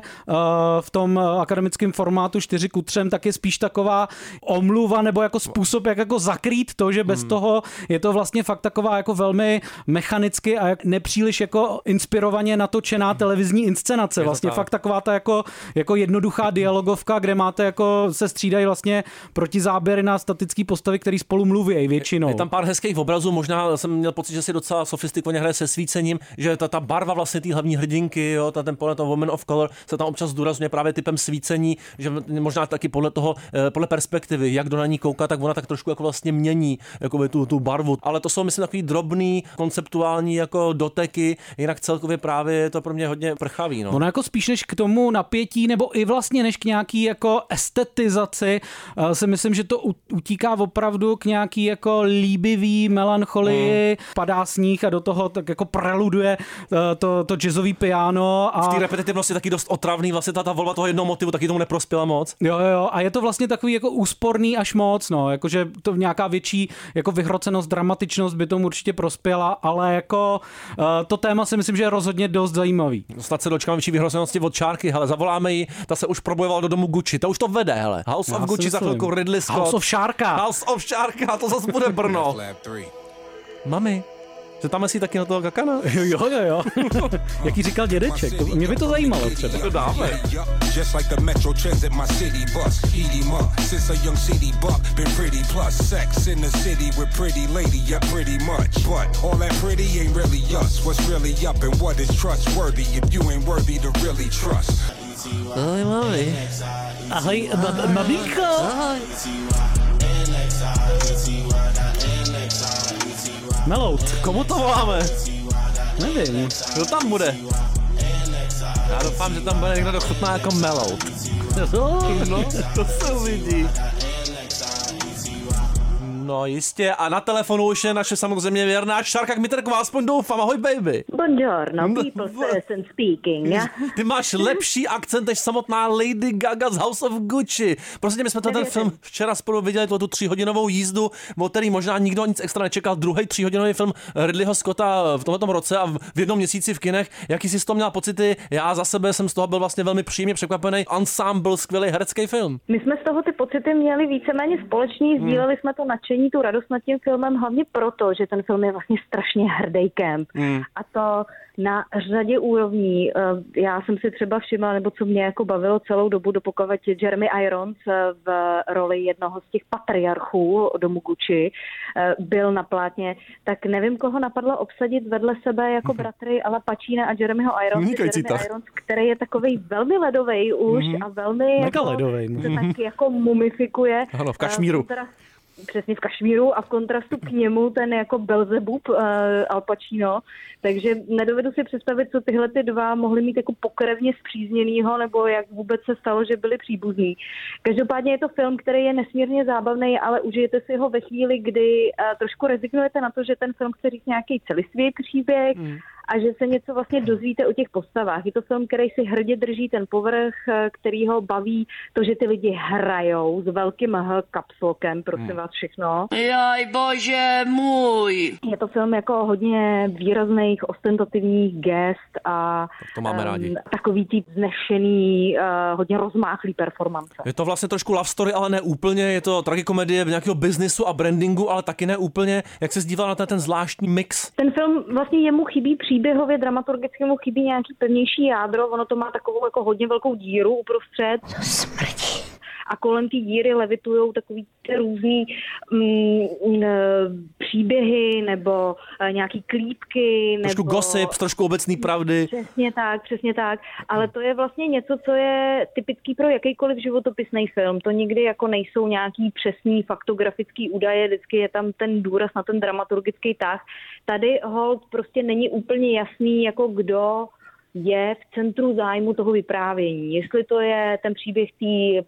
S6: v tom akademickém formátu 4:3, tak je spíš taková omluva nebo jako způsob, jak jako zakrýt to, že bez toho je to vlastně fakt taková jako velmi mechanicky a nepříliš jako inspirovaně natočená televizní inscenace. Vlastně fakt taková ta jako jednoduchá dialogovka, kde máte jako se střídají vlastně protizáběry na statický postavy, který spolu mluví většinou.
S5: Je tam pár hezkých obrazů, možná jsem měl pocit, že si docela sofistikovaně hraje se svícením, že ta barva vlastně té hlavní hrdinky, jo, ten pohled toho Woman of Color se tam občas zdůrazňuje právě typem svícení, že možná taky podle perspektivy, jak do na ní kouká, tak ona tak trošku jako vlastně mění jako tu barvu. Ale to jsou, myslím, takový drobný konceptuální jako doteky, jinak celkově právě je to pro mě hodně prchavý. No.
S6: Ono jako spíš než k tomu napětí, nebo i vlastně než k nějaký jako estetizaci, si myslím, že to utíká opravdu k nějaký jako líbivý melancholii, padá sníh a do toho tak jako preluduje to jazzový piano. A
S5: v té repetitivnosti taky dost otravný, vlastně ta volba toho jednoho motivu taky tomu neprospěla moc.
S6: Jo, a je to vlastně takový jako úsporný až moc, no, jakože to nějaká větší jako vyhrocenost, dramatičnost by tomu určitě prospěla, ale jako to téma si myslím, že je rozhodně dost zajímavý.
S5: Snad se dočkám větší vyhrocenosti od Šárky, hele, zavoláme ji, ta se už probojovala do domu Gucci, ta už to vede, hele. House of Gucci za chvilku, Ridley Scott.
S6: House of Sharka,
S5: to zase bude Brno. Mami, že tam si taky na toho kakana?
S6: Jo. Jak jí říkal dědeček, mě by to zajímalo třeba.
S5: To dáme.
S20: Just like the Metro Transit, my city bus, eat him up. Since a young city buck, been pretty plus sex in the city with pretty lady, yeah, pretty much. But all that pretty ain't really us. What's really up and what is trustworthy if you ain't worthy to really trust?
S5: Ahoj, mami.
S6: Ahoj, maminko.
S5: Ahoj.
S6: Melout.
S5: Komu to voláme?
S6: Nevím.
S5: Kdo tam bude? Já doufám, že tam bude někdo dochutná jako Melout. No, to se uvidí. No jistě, a na telefonu už je naše samozřejmě věrná Šárka Kmiterková, aspoň doufám, ahoj baby.
S21: Buongiorno, people person speaking, yeah?
S5: Ty máš lepší akcent než samotná Lady Gaga z House of Gucci. Prostě my jsme ten film včera spolu viděli, tu 3hodinovou jízdu, o který možná nikdo nic extra nečekal, druhý 3hodinový film Ridleyho Scotta v tomto roce a v jednom měsíci v kinech. Jaký jsi z toho měla pocity? Já za sebe jsem z toho byl vlastně velmi příjemně překvapený. Ensemble, skvělý herecký film.
S21: My jsme z toho ty pocity měli víceméně společný, sdíleli jsme to nadšení ocení tu radost nad tím filmem hlavně proto, že ten film je vlastně strašně hrdý kemp. A to na řadě úrovní. Já jsem si třeba všimla, nebo co mě jako bavilo celou dobu, dokud Jeremy Irons v roli jednoho z těch patriarchů domu Gucci byl na plátně, tak nevím, koho napadlo obsadit vedle sebe jako bratry Ala Pacina a Jeremyho Irons. Jeremy Irons, který je takovej velmi ledovej už a velmi jako, se tak jako mumifikuje.
S5: Ano, v Kašmíru.
S21: Přesně v Kašmíru a v kontrastu k němu ten jako Belzebub Al Pacino. Takže nedovedu si představit, co tyhle ty dva mohly mít jako pokrevně spřízněnýho, nebo jak vůbec se stalo, že byli příbuzní. Každopádně je to film, který je nesmírně zábavný, ale užijete si ho ve chvíli, kdy trošku rezignujete na to, že ten film chce říct nějaký celistvý příběh a že se něco vlastně dozvíte o těch postavách. Je to film, který si hrdě drží ten povrch, který ho baví to, že ty lidi hrajou s velkým kapslokem, prosím vás všechno.
S4: Jaj, bože můj.
S21: Je to film jako hodně výrazných, ostentativních gest a
S5: to máme rádi.
S21: Takový typ vznešený, hodně rozmáchlý performance.
S5: Je to vlastně trošku love story, ale ne úplně. Je to tragikomedie nějakého biznisu a brandingu, ale taky ne úplně. Jak se zdíval na ten zvláštní mix?
S21: Ten film vlastně jemu chybí příběhově, dramaturgicky mu chybí nějaký pevnější jádro, ono to má takovou jako hodně velkou díru uprostřed. Smrdí. A kolem té díry levitujou takový ty různý příběhy nebo nějaký klípky.
S5: Trošku gossip, trošku obecný pravdy.
S21: Přesně tak. Ale to je vlastně něco, co je typický pro jakýkoliv životopisný film. To nikdy jako nejsou nějaký přesný faktografický údaje, vždycky je tam ten důraz na ten dramaturgický tah. Tady holt prostě není úplně jasný, jako kdo je v centru zájmu toho vyprávění. Jestli to je ten příběh té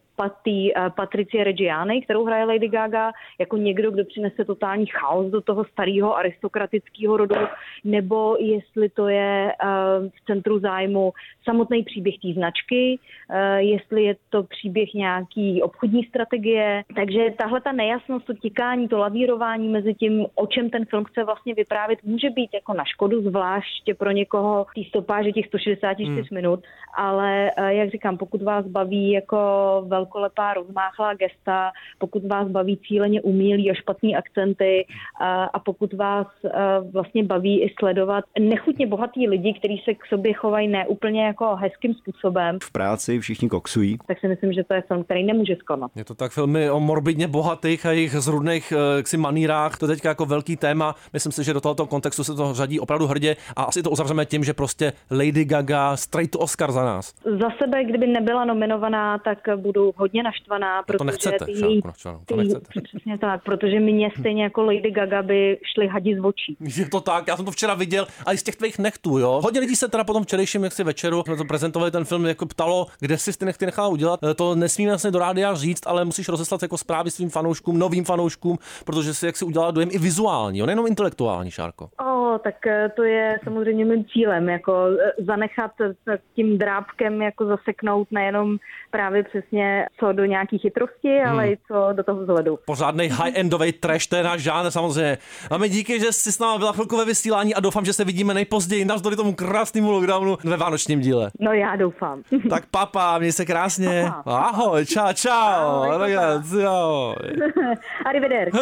S21: Patricie Reggiani, kterou hraje Lady Gaga, jako někdo, kdo přinese totální chaos do toho starého aristokratického rodu, nebo jestli to je v centru zájmu samotný příběh té značky, jestli je to příběh nějaký obchodní strategie. Takže tahle ta nejasnost, to tikání, to lavírování mezi tím, o čem ten film chce vlastně vyprávět, může být jako na škodu, zvlášť pro někoho té stopáže těch 164 minut, ale jak říkám, pokud vás baví jako velkolepá rozmáchlá gesta, pokud vás baví cíleně umělý a špatný akcenty a pokud vás vlastně baví i sledovat nechutně bohatý lidi, kteří se k sobě chovají neúplně jako hezkým způsobem.
S13: V práci všichni koksují.
S21: Tak si myslím, že to je film, který nemůže zklamat.
S5: Je to tak, filmy o morbidně bohatých a jejich zrůdných manírách, to teďka jako velký téma. Myslím si, že do tohoto kontextu se to řadí opravdu hrdě a asi to uzavřeme tím, že prostě Lady Gaga straight to Oscar za nás.
S21: Za sebe, kdyby nebyla nominovaná, tak budu hodně naštvaná, protože
S5: to nechcete, to nechcete.
S21: Přesně tak, protože mě stejně jako Lady Gaga by šly hadi z očí.
S5: Je to tak, já jsem to včera viděl, ale z těch tvých nechtů, jo. Hodně lidí se teda potom včerejším jaksi večeru, jsme to prezentovali ten film, jako ptalo, kde jsi ty nechty nechala udělat. To nesmíme vlastně do rádia říct, ale musíš rozeslat jako zprávy svým fanouškům, novým fanouškům, protože si jaksi udělala dojem i vizuální, jo, nejenom intelektuální, Šárko.
S21: Tak to je samozřejmě mým cílem, jako zanechat tím drápkem jako zaseknout nejenom právě přesně co do nějaký chytrosti, ale i co do toho vzhledu.
S5: Pořádnej high-endový trash, to je náš žánr samozřejmě. A my díky, že jsi s námi byla chvilku ve vysílání a doufám, že se vidíme nejpozději navzdory tomu krásnému lockdownu ve vánočním díle.
S21: No já doufám.
S5: Tak papa, měj se krásně. Ahoj, čau.
S21: Ahoj, Arrivederci.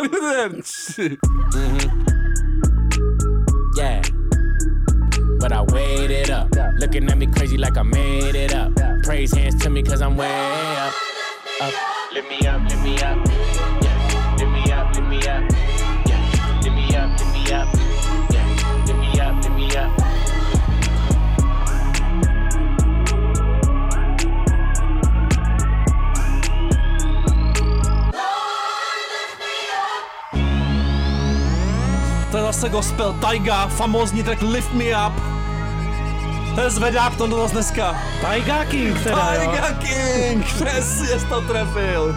S3: Yeah, but I weighed it up. Looking at me crazy like I made it up. Praise hands to me cause I'm way up. Lift me up, lift me up. Yeah, lift me up, lift me up. Yeah, lift me up, lift me up. Yeah, lift me up, lift me up.
S5: To je zase gospel, Taiga, famózní track Lift Me Up. To je zvedák to do dneska.
S6: Taiga King teda,
S5: Taiga King, přesně jsi to trefil.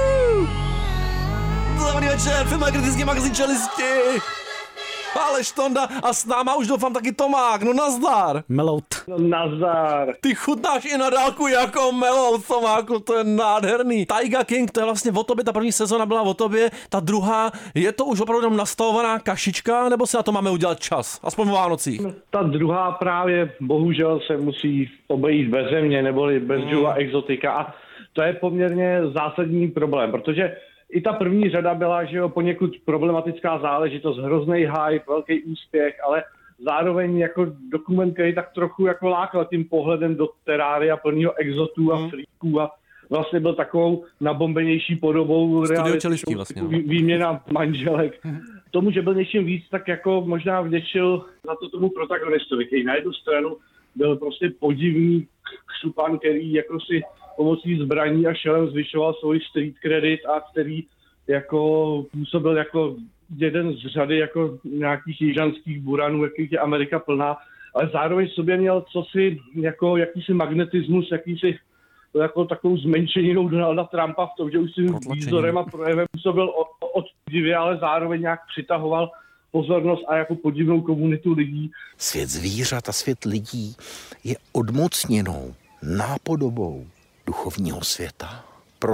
S5: Dobrý večer, film a kritický magazín Čelisti. Aleš Tonda a s náma už doufám taky Tomák, no nazdar.
S6: Melout.
S22: No nazdar.
S5: Ty chutnáš i na dálku jako Melout, Tomáku, to je nádherný. Taiga King, to je vlastně o tobě, ta první sezona byla o tobě, ta druhá, je to už opravdu tam nastavovaná kašička, nebo si na to máme udělat čas, aspoň v Vánocích?
S22: Ta druhá právě bohužel se musí obejít beze mě, neboli bez Jula Exotika a to je poměrně zásadní problém, protože i ta první řada byla, že jo, poněkud problematická záležitost, hrozný hype, velký úspěch, ale zároveň jako dokument, který tak trochu jako lákal tím pohledem do terária plného exotů a flíků a vlastně byl takovou nabombenější podobou
S5: Čelistí vlastně,
S22: výměna manželek. Tomu, že byl něčím víc, tak jako možná vděčil za to tomu protagonistovi, který na jednu stranu byl prostě podivný křupan, který jako si pomocí zbraní a šelem zvyšoval svůj street credit a který jako působil jako jeden z řady jako nějakých jižanských buranů, jakých je Amerika plná, ale zároveň v sobě měl cosi jako jakýsi magnetismus, jakýsi jako takovou zmenšeninou Donalda Trumpa v tom, že už svým výzorem a projevem působil odpudivě, ale zároveň nějak přitahoval pozornost a jako podivnou komunitu lidí.
S1: Svět zvířat a svět lidí je odmocněnou nápodobou duchovního světa.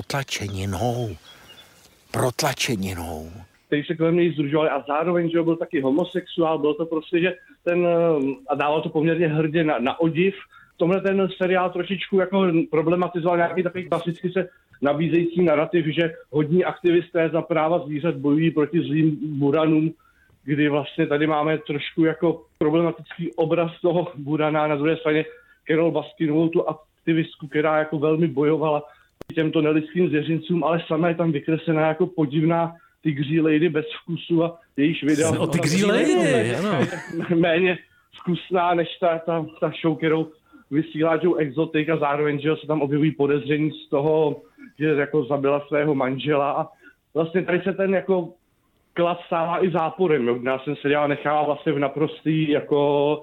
S1: Protlačeninou.
S22: Který se kolem něj združovali a zároveň, že byl taky homosexuál, byl to prostě, že a dával to poměrně hrdě na odiv. V tomhle ten seriál trošičku jako problematizoval nějaký takový klasicky se nabízející narrativ, že hodní aktivisté za práva zvířat bojují proti zlým buranům, kdy vlastně tady máme trošku jako problematický obraz toho burana, na druhé straně Carole Baskinovou, tu aktivistku, která jako velmi bojovala těmto nelidským zvěřincům, ale sama je tam vykreslená jako podivná tygří lady bez vkusu a jejíž videa
S5: o tygří lady,
S22: méně vkusná než ta show, kterou vysílá Joe Exotic a zároveň, že se tam objevují podezření z toho, že jako zabila svého manžela a vlastně tady se ten jako klad stává i záporem. Nás ten seriál nechává vlastně v naprostý jako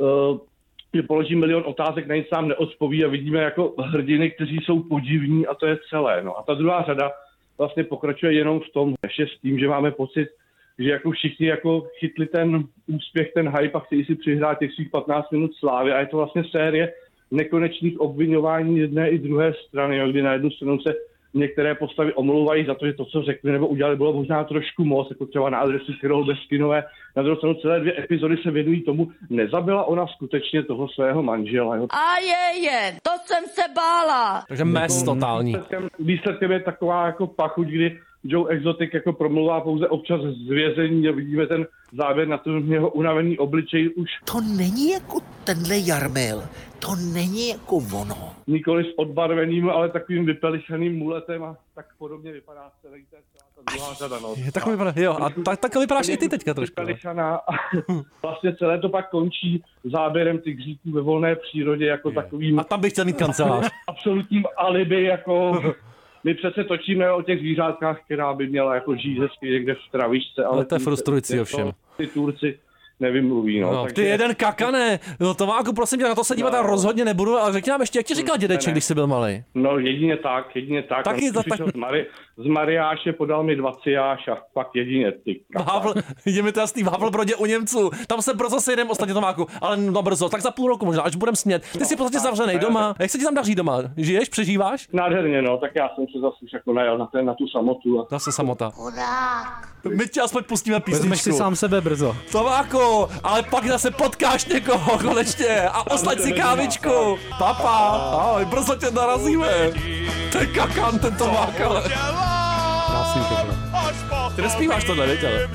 S22: že položí milion otázek, na nic sám neodpoví a vidíme jako hrdiny, kteří jsou podivní a to je celé. No a ta druhá řada vlastně pokračuje jenom v tom, ještě s tím, že máme pocit, že jako všichni jako chytli ten úspěch, ten hype a chtějí si přihrát těch svých 15 minut slávy a je to vlastně série nekonečných obviňování jedné i druhé strany, kdy na jednu stranu se některé postavy omlouvají za to, že to, co řekli nebo udělali, bylo možná trošku moc, jako třeba na adresu Carole Baskinové. Na druhou stranu celé 2 epizody se věnují tomu, nezabila ona skutečně toho svého manžela. Jo?
S4: A to jsem se bála.
S5: Takže mes totální.
S22: Výsledkem je taková jako pachuť, kdy Joe Exotic jako promluvá pouze občas z vězení a vidíme ten záběr na ten jeho unavený obličej už.
S1: To není jako tenhle Jarmil, to není jako ono.
S22: Nikoli s odbarveným, ale takovým vypelichaným muletem a tak podobně vypadá celý ta druhá řada. No.
S5: Tak vypadá, jo, a tak vypadáš i ty teďka trošku.
S22: Vypelichaná a vlastně celé to pak končí záběrem tygříků ve volné přírodě jako takovým.
S5: A tam bych chtěl mít kancelář.
S22: Absolutním alibi jako. My přece točíme o těch zvířátkách, která by měla jako žít hezky někde v travičce. Ale
S5: to je frustrující ovšem.
S22: Ty Turci nevymluví. No,
S5: takže... Ty jeden kakane. No Tomáku, prosím tě, na to se dívat rozhodně nebudu, ale řekni nám ještě, jak ti říkal dědeček, když jsi byl malý?
S22: No jedině tak.
S5: Taky
S22: z Mariáše podal mi 20 a pak jedině ty.
S5: Jdeme to jasný, v Havlbrodě u Němců. Tam se brzo sejdeme ostatně, Tomáku, ale no brzo, tak za půl roku možná, až budem smět. Ty jsi v podstatě zavřenej doma. Jak se ti tam daří doma? Žiješ, přežíváš?
S22: Nádherně, no, tak já jsem se zase už jako najel na tu samotu.
S5: Zase samota. My tě aspoň pustíme písničku.
S6: Vezmeš si sám sebe brzo.
S5: Tomáku, ale pak zase potkáš někoho konečně a oslaď si kávičku. Papa, ahoj, brzo tě narazíme. To je kakan, ten Tomák, ale.
S6: Krásný to bylo.
S5: Ty nespíváš tohle, viď, ale?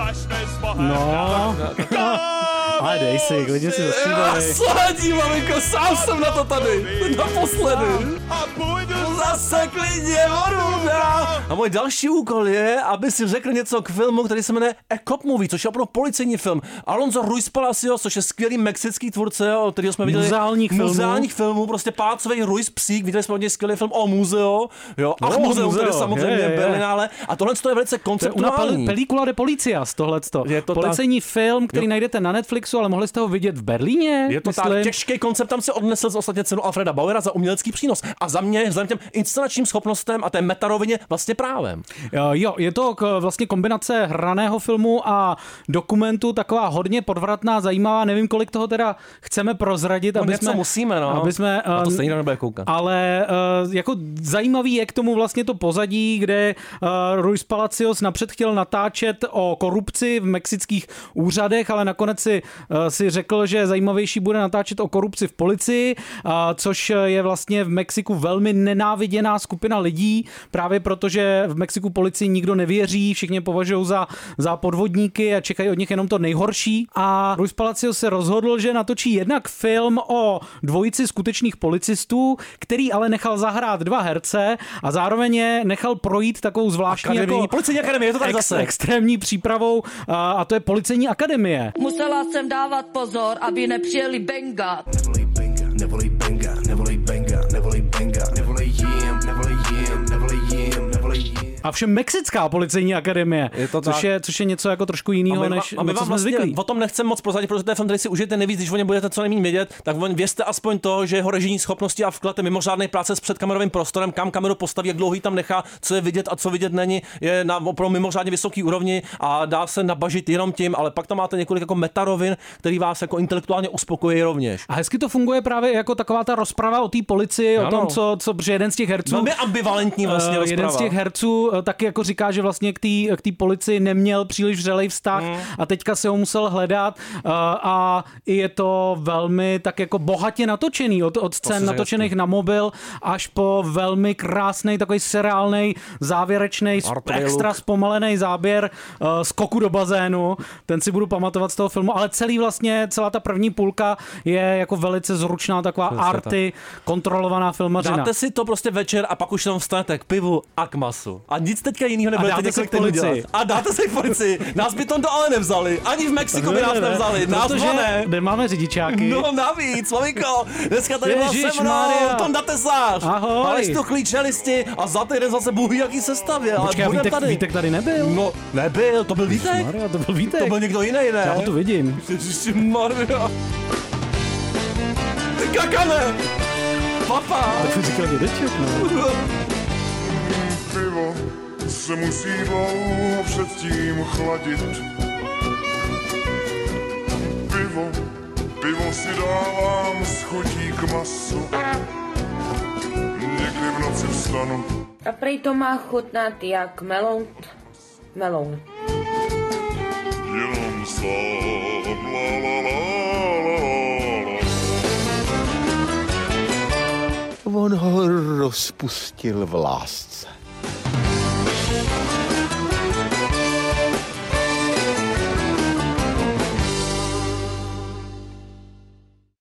S6: No. Ale dej si, klidně si zaspívali.
S5: Sladí, maminko, sám jsem na to tady. Naposledy. Zase klidně vodu dám. A můj další úkol je, aby si řekl něco k filmu, který se jmenuje A Cop Movie, což je opravdu policejní film. Alonso Ruiz Palacios, což je skvělý mexický tvůrce, od kterého jsme viděli muzeálních filmů, prostě Palácový Ruiz Psík, viděli jsme od něj skvělý film o muzeo, jo, a muzeum, který samozřejmě je Berlinále. A tohle je velice konceptuální.
S6: Película de Policias, tohleto. Policejní film, který najdete na Netflixu, ale mohli jste ho vidět v Berlíně.
S5: Je to tak těžký koncept, tam se odnesl z ostatně cenu Alfreda Bauera za umělecký přínos. A za mě, vzhledem těm inscenačním schopnostem a té metarovině vlastně právem.
S6: Jo, je to vlastně kombinace hraného filmu a dokumentu, taková hodně podvratná, zajímavá, nevím, kolik toho teda chceme prozradit,
S5: aby jsme musíme, no.
S6: Aby jsme,
S5: a to stejně nebude koukat.
S6: Ale jako zajímavý je k tomu vlastně to pozadí, kde Ruiz Palacios napřed chtěl natáčet o korupci v mexických úřadech, ale nakonec si řekl, že zajímavější bude natáčet o korupci v policii, což je vlastně v Mexiku velmi nenáviděná skupina lidí, právě protože že v Mexiku policii nikdo nevěří, všichni považují za podvodníky a čekají od nich jenom to nejhorší. A Ruiz Palacio se rozhodl, že natočí jednak film o dvojici skutečných policistů, který ale nechal zahrát 2 herce a zároveň je nechal projít takovou zvláštní jako
S5: Policejní akademie, je to tady zase
S6: extrémní přípravou a to je Policejní akademie.
S4: Musela jsem dávat pozor, aby nepřijeli benga.
S16: Nevolej benga, nevolej benga, nevolej benga, nevolej jim, nevolej jim, nevolej jim, nevolej jim.
S6: A všem Mexická policejní akademie, což je něco jako trošku jiného, než co jsme zvyklí.
S5: O tom nechcem moc prozradit, protože ten film, který si užijete nejvíc, když o něm budete co nejméně vědět, tak vězte aspoň to, že jeho režijní schopnosti a vklad je mimořádný práce s předkamerovým prostorem, kam kameru postaví, jak dlouho ji tam nechá, co je vidět a co vidět není, je na opravdu mimořádně vysoký úrovni a dá se nabažit jenom tím, ale pak tam máte několik jako metarovin, který vás jako intelektuálně uspokojí rovněž.
S6: A hezky to funguje právě jako taková ta rozprava o té policii, o tom, co protože jeden z těch herců
S5: velmi ambivalentní vlastně rozprava.
S6: Jeden z těch herců taky jako říká, že vlastně k té policii neměl příliš vřelej vztah a teďka se ho musel hledat a je to velmi tak jako bohatě natočený, od scén natočených na mobil až po velmi krásnej takový seriálnej závěrečný extra zpomalený záběr skoku do bazénu, ten si budu pamatovat z toho filmu, ale celá ta první půlka je jako velice zručná taková arty, kontrolovaná filmařina.
S5: Dáte si to prostě večer a pak už tam vstanete k pivu a k masu. A nic teďka jinýho nebudete několik týdnů dělat. A dáte se k policii. Nás by to ale nevzali. Ani v Mexiku by nás nevzali. Nás ne.
S6: Nemáme řidičáky.
S5: No navíc, maminko. Dneska tady byla se mnou Tonda Tesář.
S6: Ahoj.
S5: Ale stuchlí čelisti a za týden zase bůh jaký sestavě.
S6: Počkej, Vítek tady nebyl.
S5: No, nebyl, to byl Vítek.
S6: Maria, to byl Vítek.
S5: To byl někdo jiný, ne?
S6: Já ho tu vidím.
S5: Ježišmarja. Ty kakane. Papa.
S6: Tak jsem říkal dědeček, no.
S7: Pivo se musí dlouho předtím chladit. Pivo si dávám s chutí k masu. Někdy v noci vstanu.
S12: A prej to má chutnat jak meloun.
S7: Jenom sám, la la la la.
S1: On ho rozpustil v lásce.